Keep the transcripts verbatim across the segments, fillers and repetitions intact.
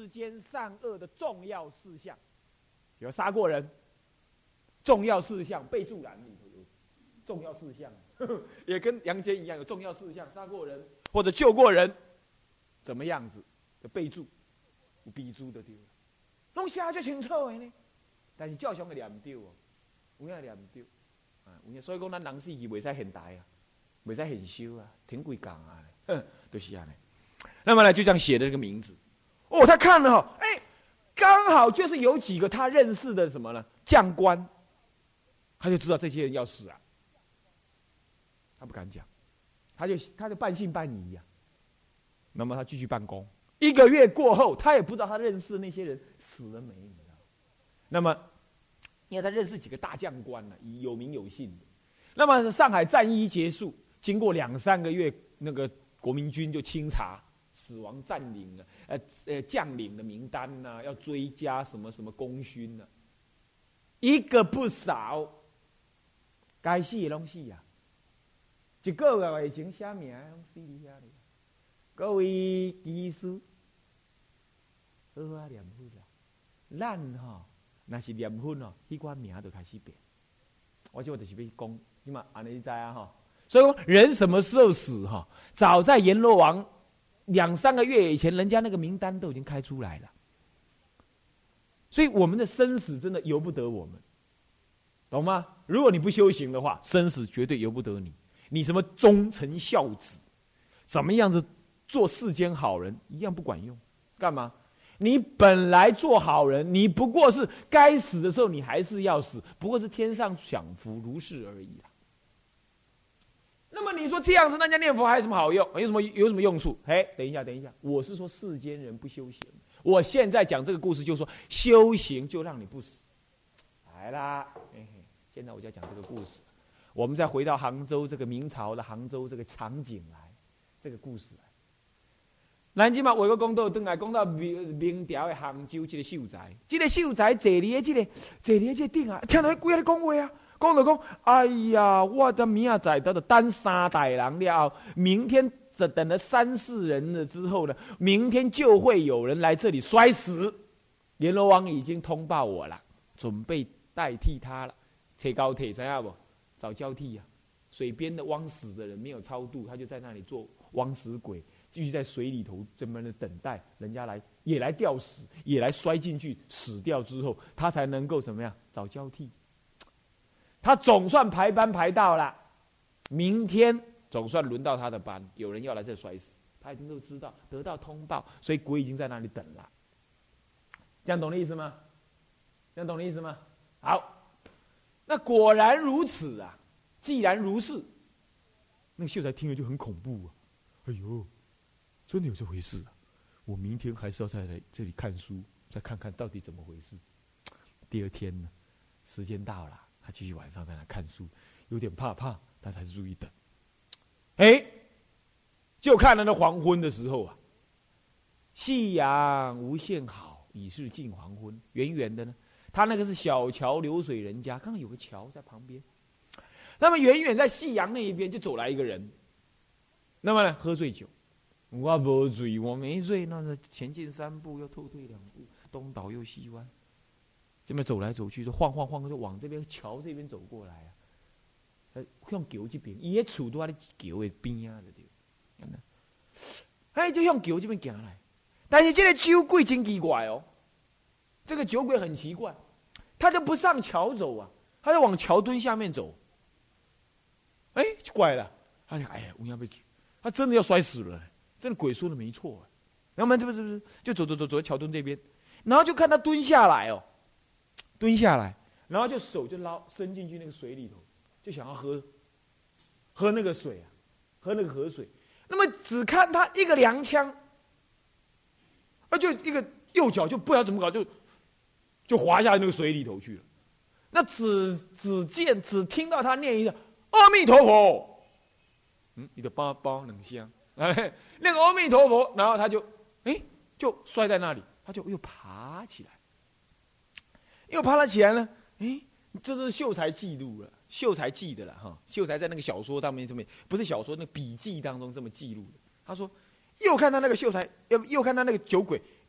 世间善恶的重要事项，有杀过人，重要事项备注栏里头有重要事项，呵呵也跟阳间一样有重要事项，杀过人或者救过人，怎么样子的备注，有备注的对了，拢写就清楚的呢。但是照常的念唔对哦，有影念唔对，啊，有影，所以讲咱人死去袂使现代啊，袂使现修啊，停几工啊，哼，就是安尼。那么呢，就这样写的这个名字，哦，他看了哈、哦，哎，刚好就是有几个他认识的什么呢？将官，他就知道这些人要死啊，他不敢讲，他就他就半信半疑呀、啊。那么他继续办公，一个月过后，他也不知道他认识的那些人死了没，你知道？那么，因为他认识几个大将官呢、啊，有名有姓的。那么上海战役结束，经过两三个月，那个国民军就清查死亡占领了，呃呃将领的名单呐、啊，要追加什么什么功勋呢、啊，一个不少，该死的拢死啊，一个月以前写名拢死伫遐哩。各位技师，好好念佛啦，咱吼、哦。那是念佛哦，迄款名就开始变。我就就是要讲，即嘛安尼知啊哈。所以说，人什么时候死哈？早在阎罗王两三个月以前，人家那个名单都已经开出来了。所以我们的生死真的由不得我们，懂吗？如果你不修行的话，生死绝对由不得你。你什么忠臣孝子，怎么样子做世间好人，一样不管用。干嘛？你本来做好人，你不过是该死的时候，你还是要死，不过是天上享福如是而已啦。那么你说这样子，那家念佛还有什么好用？有什么有什么用处？哎，等一下，等一下，我是说世间人不修行。我现在讲这个故事，就是说修行就让你不死。来啦，嘿嘿，现在我就要讲这个故事。我们再回到杭州这个明朝的杭州这个场景来，这个故事来。咱即嘛，话个讲到转来，讲到明明朝的杭州这个秀才，这个秀才坐伫这个坐伫这个顶啊，听到几个人讲话啊，讲就讲，哎呀，我的明仔载都得等三代人了，明天只等了三四人了之后呢，明天就会有人来这里摔死。阎罗王已经通报我了，准备代替他了。坐高铁知道不？找交替啊，水边的枉死的人没有超度，他就在那里做枉死鬼。继续在水里头这么的等待，人家来也来吊死，也来摔进去，死掉之后，他才能够怎么样找交替。他总算排班排到了，明天总算轮到他的班，有人要来这摔死，他已经都知道，得到通报，所以鬼已经在那里等了。这样懂的意思吗？这样懂的意思吗？好，那果然如此啊！既然如是，那个秀才听了就很恐怖啊！哎呦！真的有这回事啊！我明天还是要再来这里看书，再看看到底怎么回事。第二天呢，时间到了，他继续晚上在那看书，有点怕怕，但是还是注意等。哎，就看到那黄昏的时候啊，夕阳无限好，已是近黄昏。远远的呢，他那个是小桥流水人家，刚刚有个桥在旁边。那么远远在夕阳那一边就走来一个人，那么呢，喝醉酒。我没醉，我没醉，那是前进三步又后退两步，东倒又西弯，这么走来走去，就晃晃晃，就往这边桥这边走过来啊。呃，向桥这边，伊个厝都在桥的边啊，对。哎，就向桥这边行来，但是这个酒鬼真奇怪哦，这个酒鬼很奇怪，他就不上桥走啊，他就往桥墩下面走。哎，怪了，他想，哎呀，我要被，他真的要摔死了。真的鬼说的没错、啊，然后们这不是不是就走走走走到桥墩这边，然后就看他蹲下来哦，蹲下来，然后就手就捞伸进去那个水里头，就想要喝喝那个水啊，喝那个河水。那么只看他一个踉跄，啊，就一个右脚就不知道怎么搞，就就滑下那个水里头去了。那只只见只听到他念一声阿弥陀佛，嗯，你的包包冷香。哎，那个阿弥陀佛，然后他就，哎，就摔在那里，他就又爬起来，又爬了起来呢。哎，这是秀才记录了，秀才记的了哈。秀才在那个小说当中这么，不是小说，那个笔记当中这么记录的。他说，又看他那个秀才，又又看他那个酒鬼，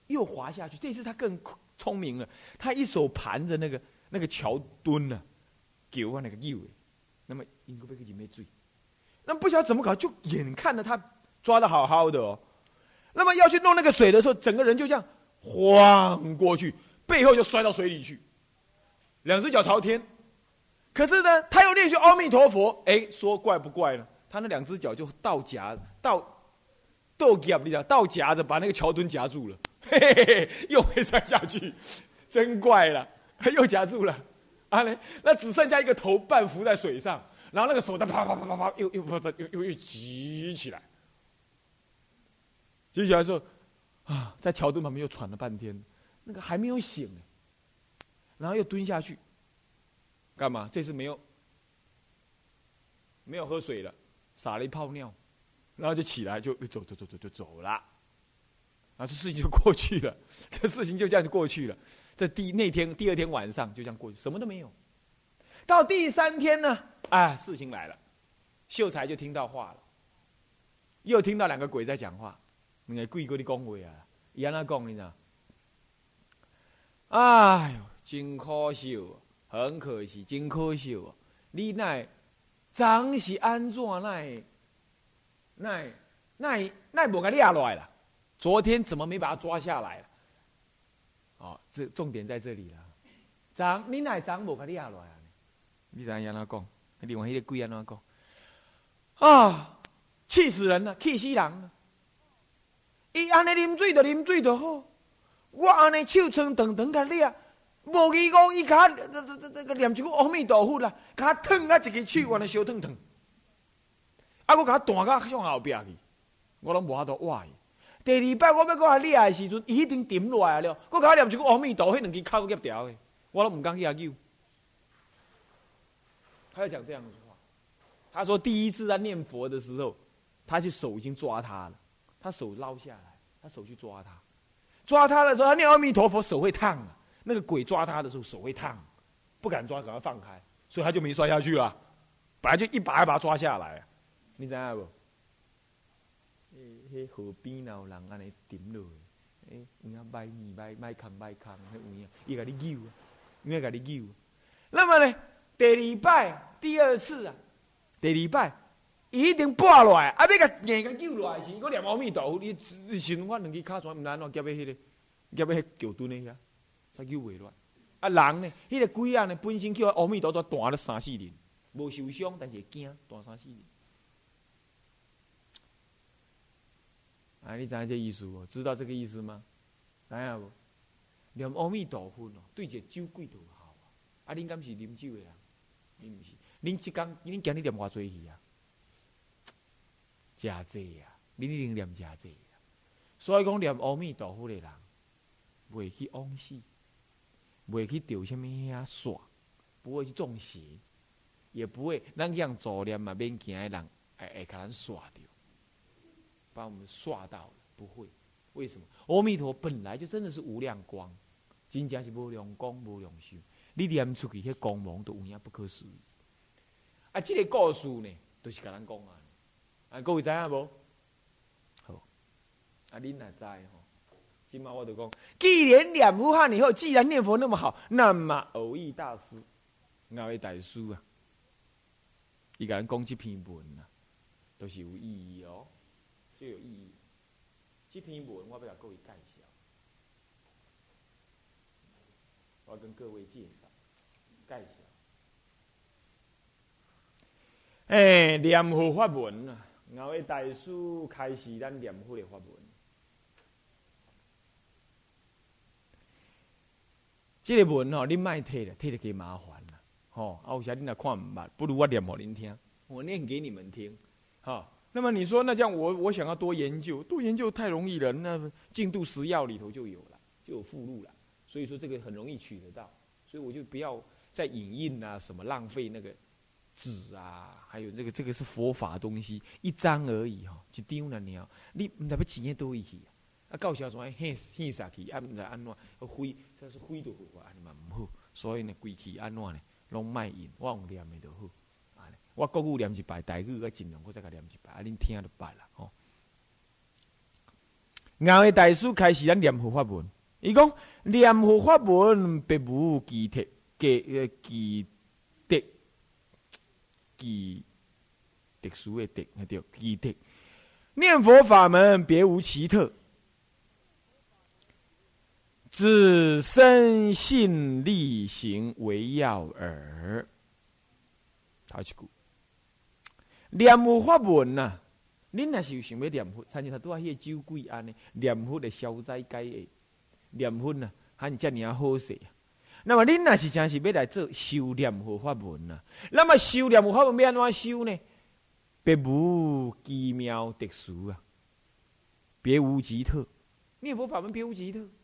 又滑下去。这次他更聪明了，他一手盘着那个那个桥墩呢、啊，给我那个右，那么应该被里面追，那不晓得怎么搞，就眼看着他抓得好好的哦，那么要去弄那个水的时候，整个人就这样晃过去，背后就摔到水里去，两只脚朝天。可是呢，他又练习阿弥陀佛，哎，说怪不怪呢？他那两只脚就倒夹倒倒夹，你讲倒夹着把那个桥墩夹住了，嘿嘿嘿，又没摔下去，真怪了，又夹住了，啊嘞，那只剩下一个头半浮在水上，然后那个手在啪啪啪啪啪，又又又又又举起来，举起来之后，啊，在桥墩旁边又喘了半天，那个还没有醒呢，然后又蹲下去。干嘛？这次没有没有喝水了，撒了一泡尿，然后就起来就走走走走就走了，然后这事情就过去了，这事情就这样就过去了。这第那天第二天晚上就这样过去，什么都没有。到第三天呢，啊，事情来了，秀才就听到话了，又听到两个鬼在讲话，两个鬼跟你讲话啊，伊安怎讲你知？哎呦，真可惜哦。很可惜，真可惜哦！你那昨是安怎那那那那无给抓落来了？昨天怎么没把他抓下来了？哦，这重点在这里了。昨你那昨无给抓落来？你知影安怎讲？另外迄个鬼安怎讲？啊，气死人了，气死人了！伊安尼啉水就啉水就好，我安尼手撑长长甲抓。无义讲，伊甲这这这这个念一句阿弥陀佛啦，甲烫啊一个手，安尼烧烫烫。啊，我甲弹到向后壁去，我拢无法度挖伊。第二摆我要搁掠的时阵，伊一定沉落来了。我甲念一句阿弥陀佛，迄两支脚都夹掉的，我都唔敢去遐救。他要讲这样的话，他说第一次他念佛的时候，他去手已经抓他了，他手捞下来，他手去抓他，抓他的时候，他念阿弥陀佛，手会烫啊。那个鬼抓他的时候手会烫，不敢抓，赶快放开，所以他就没摔下去了。本来就一把一把抓下来，你知道不？迄河边有人安尼沉落，诶，有影摆面摆摆空摆空，迄有影，伊甲你救啊，伊甲你救。那么呢，第二摆、第二次啊，第二摆，伊一定爬落来，啊，要甲硬甲救落来时，我念阿弥陀佛，你你想我两只脚全唔难咯，夹喺迄个，夹喺迄桥墩的遐。才救袂落。啊，人呢？迄、那个鬼啊呢？本身叫阿弥陀佛弹了三四年，无受伤，但是会惊，弹三四年。啊，你知影这意思无？知道这个意思吗？知影无？念阿弥陀佛哦，对一个酒鬼就好啊。啊，恁敢是啉酒的人？恁毋是？恁即工恁今日念偌济去啊？真济啊！恁一定念真济啊！所以讲念阿弥陀佛的人，袂去枉死。不会去丢什么遐耍，不会去中邪，也不会咱这样做念嘛，免惊的人会会甲咱耍掉，把我们耍到了，不会。为什么？阿弥陀本来就真的是无量光，真正是无量光无量寿，你念出去，迄光芒都有影不可思议。啊，这个故事呢，都、就是甲咱讲啊，啊，各位知影无？好，啊，恁也知吼。今嘛我就讲，既然念佛汉以后，既然念佛那么好，那么偶益大师，那位大师啊，伊甲咱讲这篇文啊，都、就是有意义哦，最有意义。这篇文我要甲各位介绍，我要跟各位介绍介绍。诶、欸，念佛法文啊，那位大师开始咱念佛的法文。这个文吼，你莫摕了，摕了加麻烦啦。吼、哦，啊，有时你若看唔捌，不如我念给您听，我念给你们听。哈、哦，那么你说，那这样我我想要多研究，多研究太容易了。那《净度十要》里头就有了，就有附录了。所以说这个很容易取得到，所以我就不要再影印啊，什么浪费那个纸啊，还有这个这个是佛法的东西，一张而已哈，一张了你你唔知要钱喺倒位去。啊，到时候说献献下去，啊，唔知安怎，灰，这是灰都好，安尼嘛唔好。所以呢，规气安怎呢，拢卖印，我用念的就好。啊，我国语念一摆，台语我尽量我再甲念一摆，啊，恁听就捌啦，吼。 后个大师开始咱念佛法门，伊讲念佛法门别无奇特，奇呃奇特奇特殊的特，对，奇特。念佛法门别无奇特，只深信力行为要耳。头一句，念佛法门呐，恁若是有想要念佛，参像他拄啊迄个酒鬼安尼，念佛的消灾解厄，念佛呐，喊遮尔啊好势。那么恁若是真是要来做修念佛法门呐，那么修念佛法门要安怎修呢？别无奇妙特殊啊，别无奇特，念佛法门别无奇特，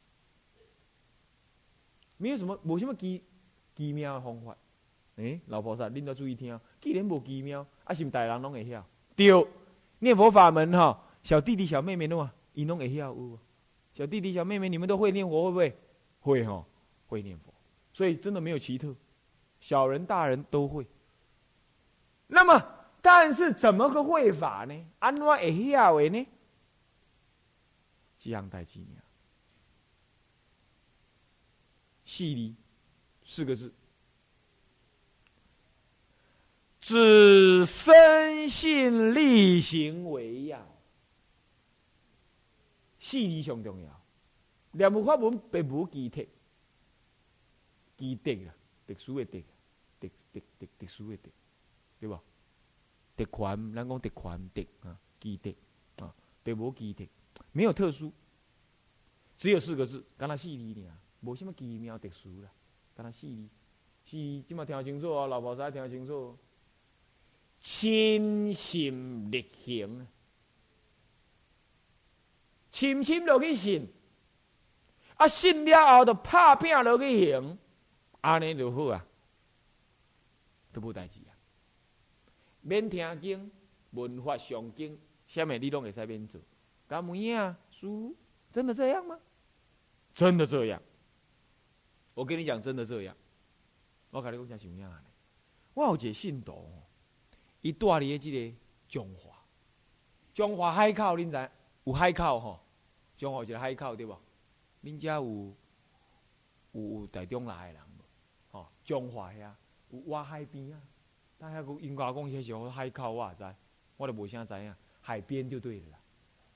没有什么，无什么奇奇妙的方法。诶、欸，老菩萨，恁要注意听，既然无奇妙，啊，是毋大人拢会晓？对，念佛法门哈，小弟弟小妹妹弄啊，伊拢会晓有。小弟弟小妹妹，你们都会念佛会不会？会哈，会念佛，所以真的没有奇特，小人大人都会。那么。但是怎么个会法呢？安怎会晓的呢？这样代志呢？细理四个字，只深信力行为要。细理上重要。念佛法门并无奇特，奇特啊，特殊的特，特特特特殊的特，对吧？特权，咱讲特权特啊，奇特啊，别无奇特，没有特殊，只有四个字，敢若四字尔，无什么奇妙特殊啦，敢若四字，四字即马听清楚哦，老菩萨听清楚，亲心力行，深深落去信，啊信了后就拍拼落去行，安尼就好啊，都无代志啊。免听经，闻法上经，什么你拢会使免做。敢问啊，师父，真的这样吗？真的这样。我跟你讲，真的这样。我跟你讲，像什么样呢？我有一个信徒，伊住伫咧即个中华，中华海口，恁知有海口吼？中华有一个海口对无？恁遮有有有台中来的人无？吼，中华遐有挖海边啊。但遐个因外讲迄时候海口我也知，我都无啥知影，海边就对了啦。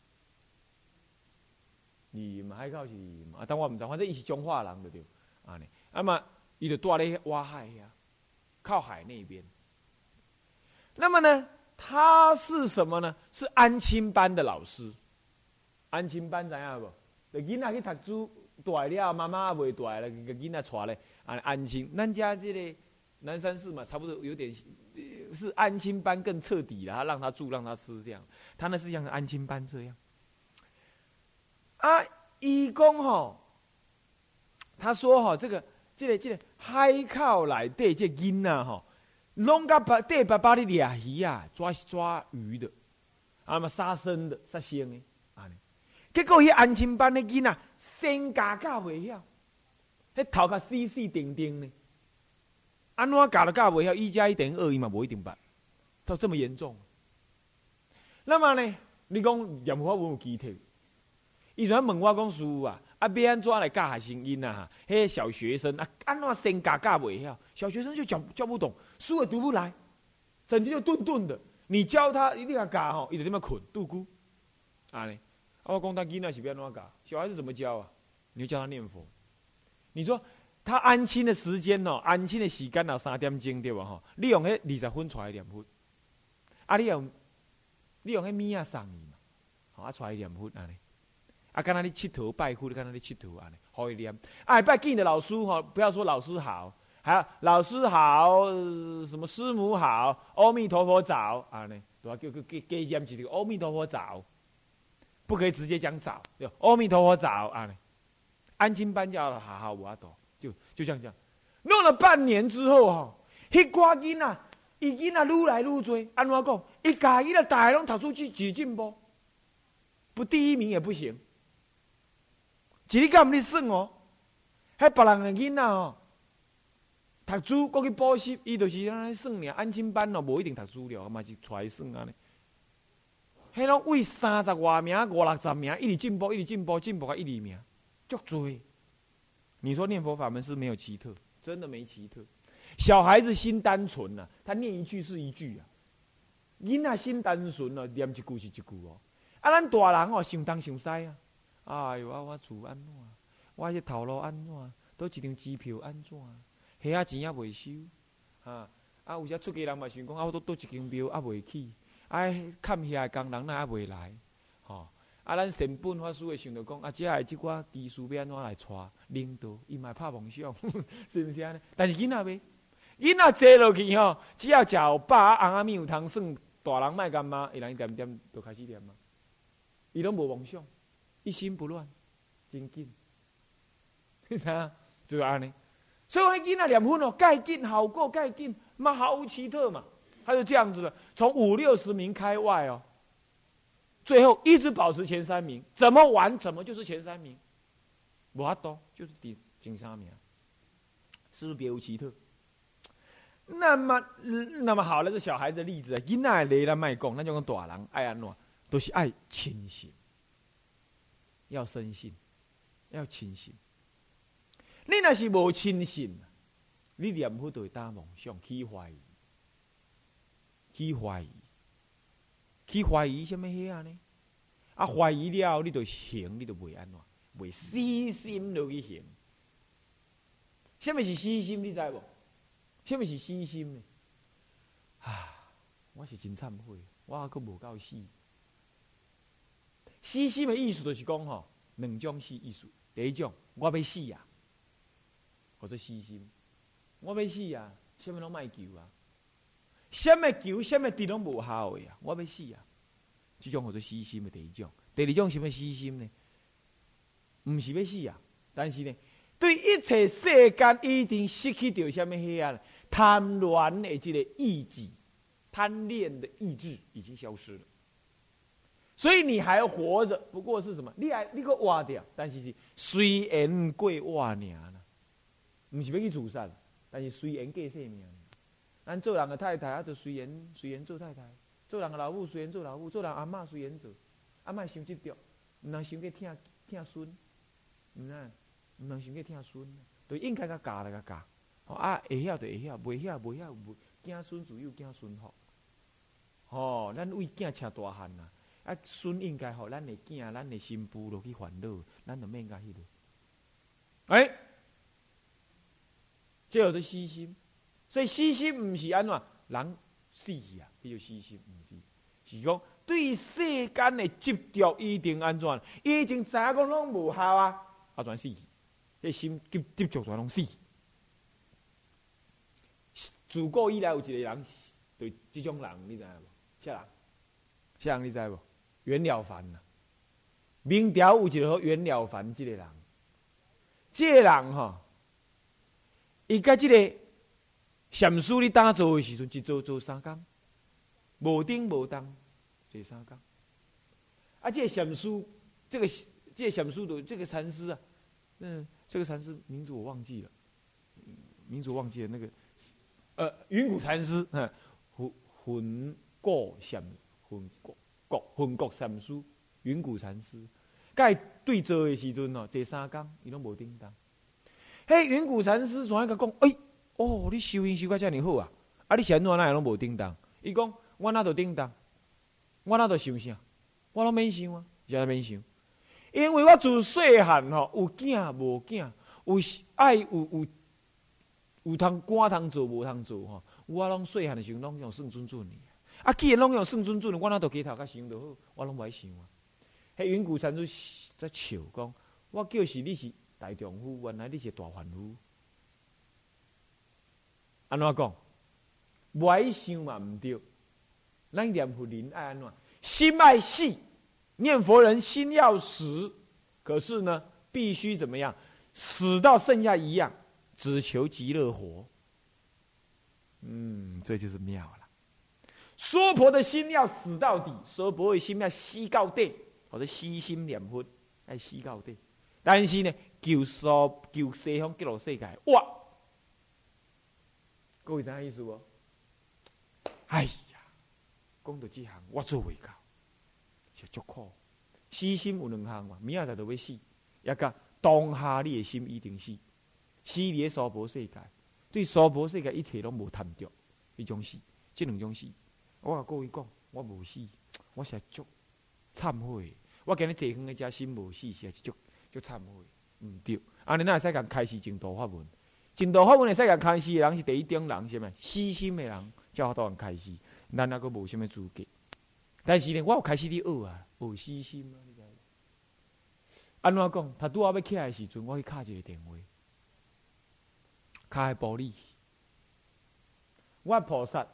你嘛海口是嘛，但我唔知，反正伊是中华人就对，安尼。啊嘛，伊就住咧挖海遐，靠海那边。那么呢，他是什么呢？是安亲班的老师。安亲班知影无？就囡仔去读书大了，妈妈未大了，个囡仔带咧安安亲。咱家这个。南山寺嘛，差不多有点是安亲班更彻底了，他让他住，让他吃这样。他那是像安亲班这样。啊，义工吼，他说吼，这个这个这个海口内底这囡仔吼，拢甲把底爸爸咧掠鱼啊，抓抓鱼的，啊嘛杀生的，杀生的，安尼。结果迄安亲班的囡仔，身教教袂晓，迄头壳死死定定呢。安怎教都教袂晓，一加一等于二，伊嘛无一定办，到这么严重。那么呢，你讲念佛法门有奇特，伊就问我讲师父啊，啊要安怎来教学生囡啊？迄小学生啊，安怎先教教袂晓？小学生就教教不懂，书也读不来，整天就顿顿的。你教他一定要教吼，伊就在那困度孤。啊呢，啊我讲他囡仔是要安怎教？小孩子怎么教啊？你就教他念佛。你说。他安亲的时间哦，安亲的时间有三点钟对吧？吼，你用迄二十分出来念佛，啊，你用你用迄米啊送伊嘛，吼啊出来念佛安尼，啊，敢若你佚佗拜佛，敢若你佚佗安尼，好伊念。啊，拜见的老师吼，不要说老师好，还有老师好，呃、什么师母好，阿弥陀佛早安尼，都要叫叫加念一个阿弥陀佛早，不可以直接讲早，对，阿弥陀佛早安尼。安亲班叫好好我多。就就像这样，弄了半年之后哈，迄寡囡仔，伊囡仔愈来愈多，安怎讲？伊家囡仔大家拢读书去挤进步，不第一名也不行。一日干你算哦，迄别人的囡仔哦，读书过去补习，伊就是安尼算尔，安亲班哦，无一定读书了，嘛是出来算安尼。 迄拢为三十外名、五六十名，一直进步，一直进步，进步到一二名，足多。你说念佛法门是没有奇特，真的没奇特。小孩子心单纯呐、啊，他念一句是一句啊。囡仔心单纯哦，念一句是一句哦。啊，咱大人哦，想东想西啊。哎呦，啊，我厝安怎？我迄头路安怎？倒一张机票安怎？遐啊钱也未收，啊啊！有时出家人嘛想讲，啊，我倒倒一间庙啊未起，啊，看遐的工人哪还未来？吼、哦！啊，咱成本法师会想着讲，啊，这下即寡技术要安怎来带领导？伊嘛拍梦想，是毋是安尼？但是囡仔袂，囡仔坐落去吼，只要食有饱啊，红阿米有通算，大人莫干嘛？伊人点点就开始念嘛。伊拢无梦想，一心不乱，真紧。你知影？就安尼。所以我囡仔念佛哦，盖紧好过盖紧，嘛毫无奇特嘛。他就这样子了，从五六十名开外哦，最后一直保持前三名，怎么玩怎么就是前三名，无法度就是第前三名，是不是别无奇特？那么，那么好了，这小孩子的例子啊，囡仔的咱卖讲，咱就讲大人爱安怎，都是爱清醒，要深信，要清醒。你若是无清醒，你念佛就会打妄想，起怀疑，起怀疑，起怀疑什么遐啊呢？啊，怀疑了，你就行，你就袂安怎，袂死心落去行。什么是死心？你知无？什么是死心呢？啊，我是真忏悔，我还佫无够死。死心的意思就是讲吼，两种死意思。第一种，我要死啊，或者死心。我要死啊，什么拢莫求啊，什么求什么得拢无效的啊，我要死啊。这种叫做死心的第一种。第二种什么死心呢？唔是要死啊，但是呢，对一切世间一定失去掉什么遐啊？贪恋的这个意志，贪恋的意志已经消失了。所以你还活着，不过是什么？你还你个活掉，但是是虽然过活尔啦，唔是要去自杀，但是虽然过性命。咱做人的太太，啊，就虽然虽然做太太；做人的老母虽然做老母；做人阿嬷虽然做，阿嬷想执着，唔通想去疼疼孙，唔呐，唔通想去疼孙，就应该甲教来甲教。啊，会晓就会晓，袂晓袂晓，囝孙自有囝孙福。吼，咱为囝请大汉呐。啊，孙应该互咱的囝、咱的新妇落去烦恼，咱就免甲迄落。哎，这就是死心。所以死心唔是安怎人死去啊，迄就死心，唔是，是讲对世间的执着一定安怎，一定知影讲拢无效啊，啊全死去，迄心执执着全拢死去。自古以来有一个人，对这种人，你知影无？啥人？啥人你知无？袁了凡呐、啊。明朝有一个袁了凡这个人，这个人吼，伊甲这个禅师咧打坐的时阵，一坐坐三工，无顶无当，坐三工。啊，这个禅师，这个这个禅师的这个禅师啊，嗯，这个禅师名字我忘记了，名字我忘记了那个。呃，云谷禅师，嗯，魂魂国禅，魂国国魂国禅师，云谷禅师，甲伊对坐的时阵哦，坐三工，伊拢无叮当。嘿，云谷禅师怎个讲？哎，哦，你修行修甲遮尔好啊！啊，你是安怎哪会拢无叮当？伊讲，我哪都叮当，我哪都想啥？我拢免想啊，啥免想？因为我自细汉吼，有囝无囝，有爱有有。有通官通做，无通做吼。我拢细汉的时候拢用算准准的。啊，既然拢用算准准的，我哪都低头甲想就好，我拢不爱想啊。迄云谷禅师在笑讲：我叫是你是大丈夫，原来你是大凡夫。安怎讲？不爱想嘛唔对。咱念佛人爱安怎？心爱细，念佛人心要死。可是呢，必须怎么样？死到剩下一样。只求极乐活，嗯，这就是妙了。娑婆的心要死到底，娑婆的心要死到底，或者死心念佛，爱死到底。但是呢，求娑求西方极乐世界，哇！各位知影意思无？哎呀，讲到这行，我做袂到。 是足苦。死心有两项嘛，明仔载就要死，也甲当下你的心一定死。死伫咧娑婆世界，对娑婆世界一切拢无贪着，迄种死，即两种死。我甲各位讲，我无死，我是足忏悔。我今日坐远的遮心无死，是足足忏悔。毋对，安尼哪会使甲开示净土法门？净土法门会使甲开示的人是第一等人，是咩？死心的人才有法度人开示，咱还阁无啥物资格。但是呢，我有开始咧学啊，学死心啊，你知？安怎讲？他拄好要起来的时阵，我去敲一个电话，敲个玻璃。我菩萨，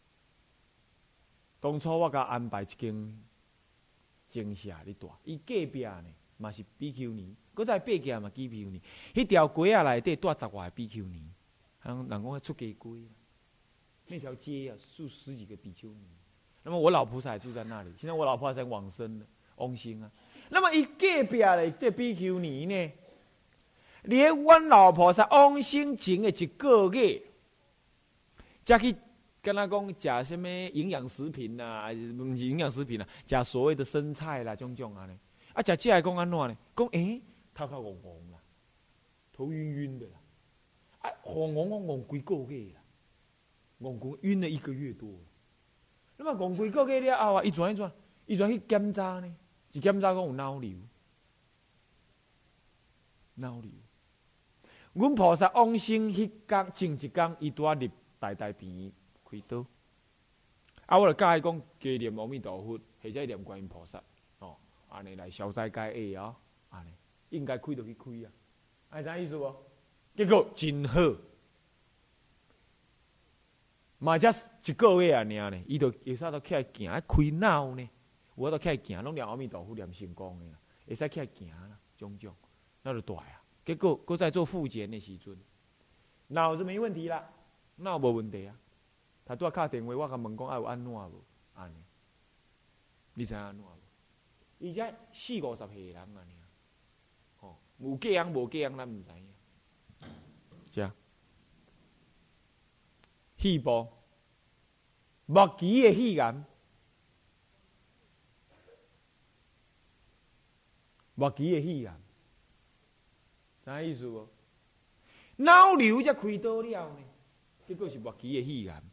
当初我甲安排一间精舍咧住，伊隔壁呢嘛是 B Q 年，搁再爬起来嘛 B Q 年，迄条街仔内底住十外个 B Q 年，人人讲出家街啊，那条街啊住十几个 B Q 年。那么我老菩萨也住在那里，现在我老菩萨在往生了，往生啊。那么伊隔壁的这 B Q 年呢，连阮老菩萨往生前的一个月，才去跟他讲食什么营养食品啦，还是不是营养食品啦？食所谓的生菜啦，种种啊呢。啊，食这来讲安怎呢？讲诶，头壳红红啦，头晕晕的啦，啊，红红红红几个月啦，红红晕了一个月多了。那么红几个月了后啊，伊转一转，伊转去检查呢，一检查讲有脑瘤，脑瘤。阮菩萨往生迄天前一天，伊拄啊入大大病开刀，啊，我就教伊讲加念阿弥陀佛，或者念观音菩萨，哦，安尼来消灾解厄啊，安尼应该开就去开啊，安啥意思无？结果真好。嘛才一个月啊，尔呢，伊就会使都起来行，开脑呢，我都起来行，拢念阿弥陀佛念成功的啦，会使起来行啦，种种，那就大啊。结果，搁在做复检的时阵，脑子没问题啦，脑无问题啊。他拄啊敲电话，我甲问讲，啊有安怎无？安尼，你知影安怎无？伊才四五十岁的人啊，尔，吼，有过样无过样，咱毋知影。是啊。肺部末期的肺癌，末期的肺癌，啥意思无？脑瘤才开刀了呢，结果是末期的肺癌。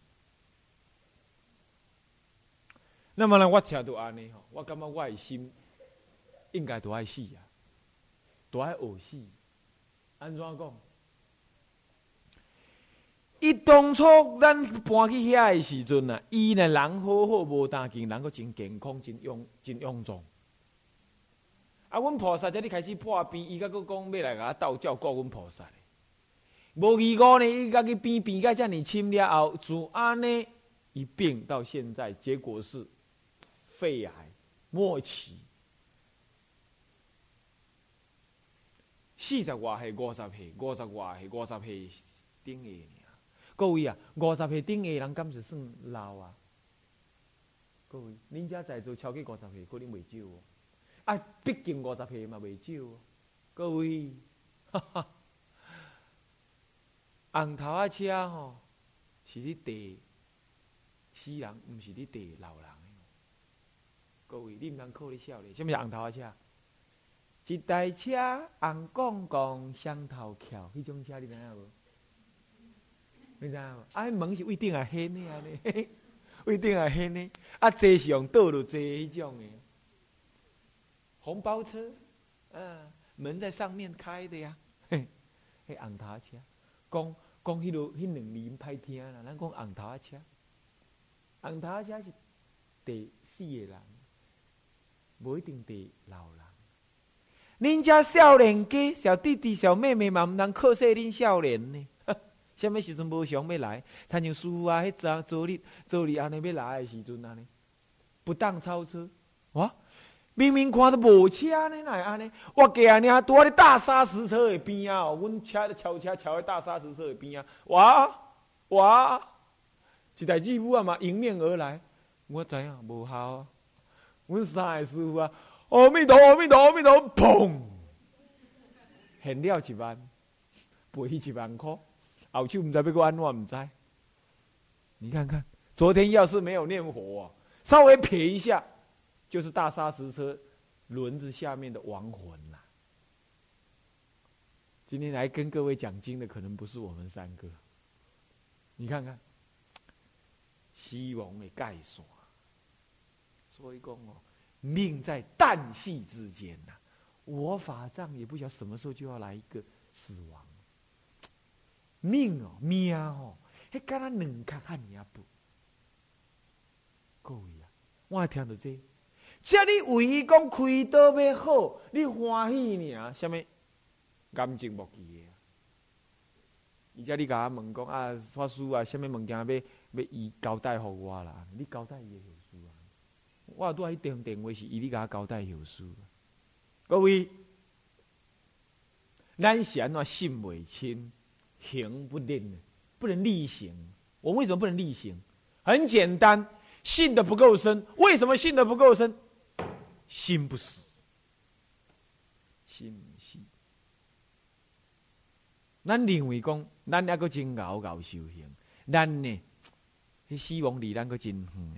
那么呢，我听到安尼吼，我感觉我的心应该都爱死啊，都爱学死。安怎讲？伊当初咱搬去遐的时阵啊，伊呢人好好无担惊，人个真健康，真勇真勇壮。啊，阮菩萨这里开始破病，伊甲佫讲要来甲我斗照顾阮菩萨。无义五呢，伊甲去病病甲遮尔深了后，自安呢一病到现在，结果是肺癌末期，四十外岁、五十岁、五十外岁、五十岁顶个。各位啊，五十岁顶的人敢是算老啊？各位，恁遮在座超过五十岁，可能袂少哦。啊，毕竟五十岁嘛袂少哦。各位，哈哈，红头仔车吼，是咧地死人，毋是咧地老人。各位，你毋通靠咧笑咧。什么是红头仔车？一台车红光光，双头翘，迄种车你知影无？你知影无？啊，门是为顶啊掀的安尼，为顶啊掀的，啊，坐是用倒落坐迄种的，红包车，啊，门在上面开的呀，嘿，迄红头车，讲讲迄落迄两字歹听啦，咱讲红头车，红头车是第四个人，无一定第老人。恁遮少年家、小弟弟、小妹妹嘛，毋通靠说恁少年呢。什么时阵无常要来？参像师傅啊，迄昨昨日昨日安尼要来的时阵安尼，不当超车，哇！明明看到无车呢，哪会安尼？我家呢，拄喺大砂石车的边啊，阮车咧超车超喺大砂石车的边啊，哇哇！一台吉普啊嘛迎面而来，我知影无效啊。阮三个师傅啊，阿弥陀阿弥陀阿弥陀，砰！现了一万，赔一万块。后手唔知要个安怎唔知，你看看，昨天要是没有念佛啊，稍微撇一下， 就是大砂石车轮子下面的亡魂啦。今天来跟各位讲经的，可能不是我们三个。你看看，死亡的界线，所以讲哦，命在旦夕之间呐、啊。我法藏也不晓得什么时候就要来一个死亡。命哦，命哦，迄敢若两脚汉尔不？各位啊，我听到这，这你为伊讲开刀要好，你欢喜尔，什么感情无记的。而且你甲我问讲啊，法师啊，什么物件要要伊交代互我啦？你交代伊的后事啊？我拄仔迄电电话是伊，你甲我交代后事。各位，咱是安怎信未清，行不令，不能力行。我为什么不能力行？很简单，信的不够深。为什么信的不够深？心不死，心不死。咱认为讲，咱还阁真熬熬修行，咱呢，迄死亡离咱阁真远呢。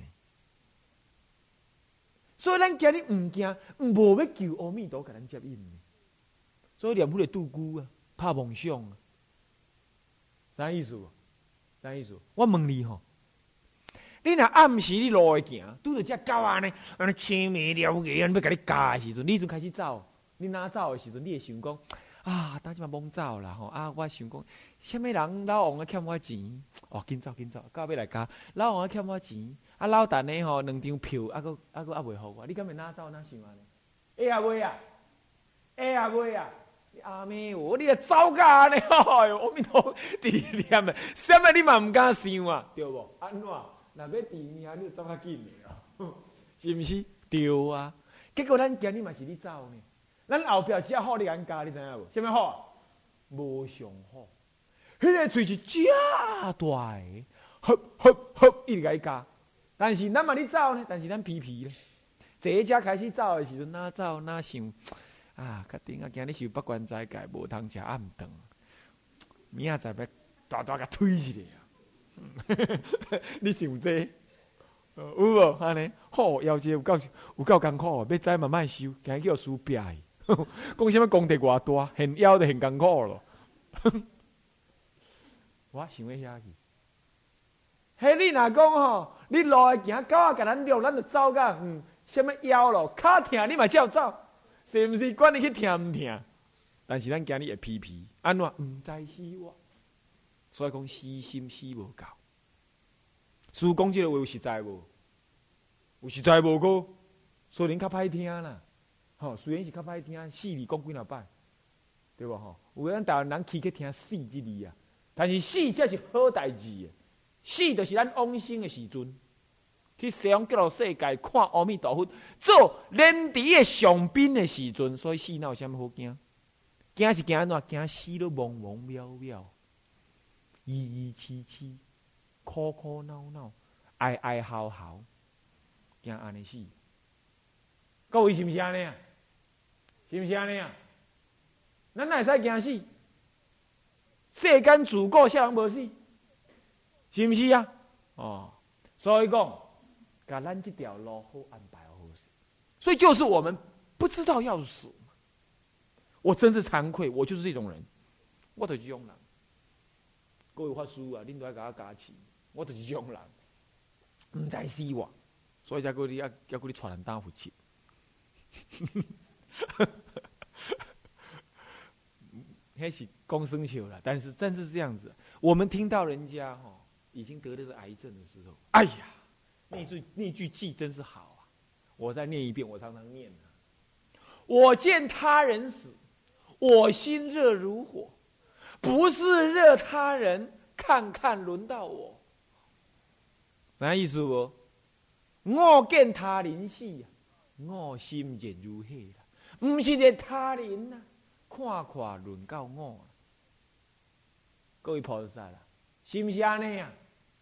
所以咱今日唔惊，无要求阿弥陀给咱接引呢。所以念佛的杜姑啊，拍梦想啊，啥意思？啥意思？我问你吼，你若暗时你路会行，拄着只狗仔呢，安尼青眉了个，要甲你咬的时阵，你就开始走。你哪走的时阵，你会想讲啊，当即嘛懵走啦吼啊！我想讲，什么人老王啊欠我钱？哦，紧走紧走，到尾来加老王啊欠我钱。啊，老陈呢吼，两张票，啊个啊个啊袂互我，你敢会哪走哪想安尼？会啊袂啊？会啊袂啊？阿妹，我你个走甲安尼吼，阿弥陀伫念的，什么你嘛唔敢想啊？对无？安怎？若要伫命，你就走较紧的哦，是毋是？对啊。结果咱今日嘛是你走呢，咱后壁只好你安加，你知影无？什么好？无上好。迄个喙是遮大的，呵呵呵，一直甲伊加。但是咱嘛你走呢，但是咱皮皮咧，坐一只开始走的时阵，哪走哪想啊？确定啊，今日是北关斋戒，无通食暗顿，明仔载要大大甲推一下啊！你想这？有无？安尼好，要这有够有够艰苦哦，要栽嘛莫收，今叫输壁去。讲什么功德偌大，很腰的很艰苦咯。我想要下去。嘿，你若讲吼，你路会行，狗仔甲咱遛，咱就走甲嗯，什么腰咯，脚疼你嘛照走，是毋是？管你去疼毋疼？但是咱今日会皮皮，安怎毋知死我？所以讲死心死无够。师讲这个话有实在无？有实在无够？虽然较歹听啦，吼，虽然是较歹听，死字讲几若摆，对无吼？有咱台湾人起去听死这字啊，但是死才是好代志。死就是咱往生的时阵，去西方极乐世界看阿弥陀佛做莲池的上宾的时阵，所以死哪有啥物好惊？惊是惊安怎？惊死都茫茫渺渺，依依凄凄，苦苦恼恼，哀哀嚎嚎，惊安尼死。各位是毋是安尼啊？是毋是安尼啊？咱哪会使惊死？世间自古啥人无死？是毋是啊？哦，所以讲，把咱这条路好安排好势。所以就是我们不知道要死。我真是惭愧，我就是这种人，我就是这种人。各位法师啊，恁都要甲我加持，我就是这种人，唔知死我，所以才叫你要要叫你带人当夫妻。那是公生球了，但是真是这样子。我们听到人家哈、哦、已经得的是癌症的时候，哎呀，那句那句记真是好啊！我再念一遍，我常常念啊。我见他人死，我心热如火，不是热他人，看看轮到我。啥意思不？我见他人死，我心热如火啦，不是热他人呐、啊。看看轮到我，各位菩萨啦，是不是安尼啊？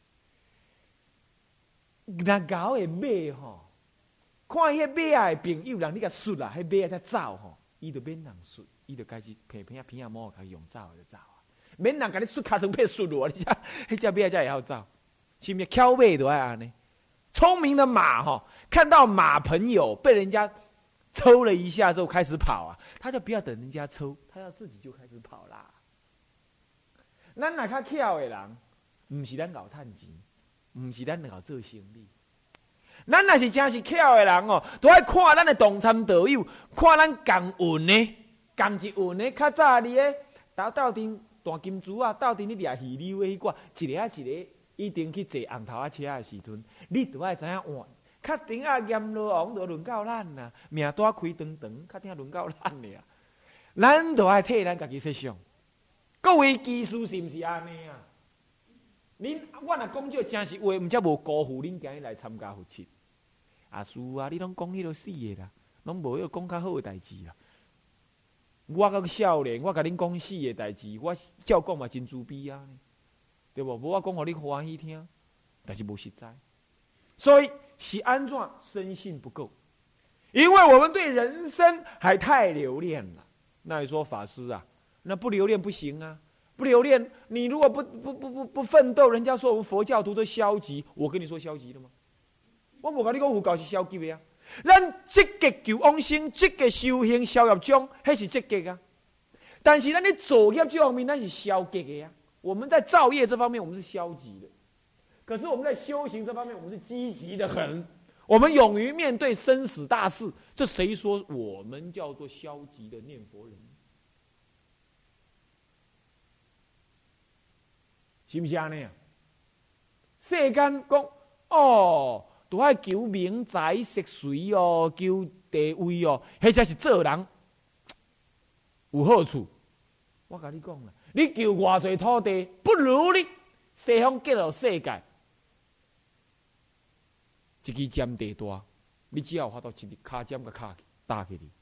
那狗的马吼，看迄马仔的朋友，人你甲摔啦，迄马仔才走吼，伊就免人摔，伊就开始偏偏偏啊摸，开始用走就走啊，免人甲你摔，卡成被摔落，你只迄只马才会晓走，是毋是？巧马就爱安尼， 聪明的马哈、哦，看到马朋友被人家抽了一下之后开始跑啊，他就不要等人家抽，他要自己就开始跑啦。咱若较巧的人，唔是咱搞趁钱，唔是咱搞做生意。咱若是真是巧的人哦，都爱看咱的同参道友，看咱共运的、共一运的，较早你的斗斗阵大金珠啊，斗阵你掠鱼溜的迄挂，一个啊一个一定去坐红头啊车的时阵，你都爱知影换。较顶啊阎罗王就轮到咱啦，命大开长长，较顶轮到咱俩。咱都爱替咱家己设想。各位技师是毋是安尼啊？恁我若讲这真实话，毋则无辜负恁今日来参加佛七。啊是啊，你拢讲迄落死的啦，拢无迄个讲较好的代志啦。我个少年，我甲恁讲死的代志，我照讲嘛真自卑啊，对无？无我讲互你欢喜听，但是无实在。所以是安怎深信不够？因为我们对人生还太留恋了。那你说法师啊？那不留恋不行啊！不留恋，你如果不不不不不奋斗，人家说我们佛教徒都消极。我跟你说消极了吗？我无跟你讲佛教是消极的啊。咱积极求往生，积极修行消业障，那是积极啊。但是咱在造业这方面，那是消极的呀、啊。我们在造业这方面，我们是消极的；可是我们在修行这方面，我们是积极的很。我们勇于面对生死大事，这谁说我们叫做消极的念佛人？是不是安尼啊？世间讲哦，都爱求名财色水哦，求地位哦，或者是做人有好处。我跟你讲啦，你求偌济土地，不如你西方结合世界，一支尖地大，你只要有法度一日卡尖个卡打起你，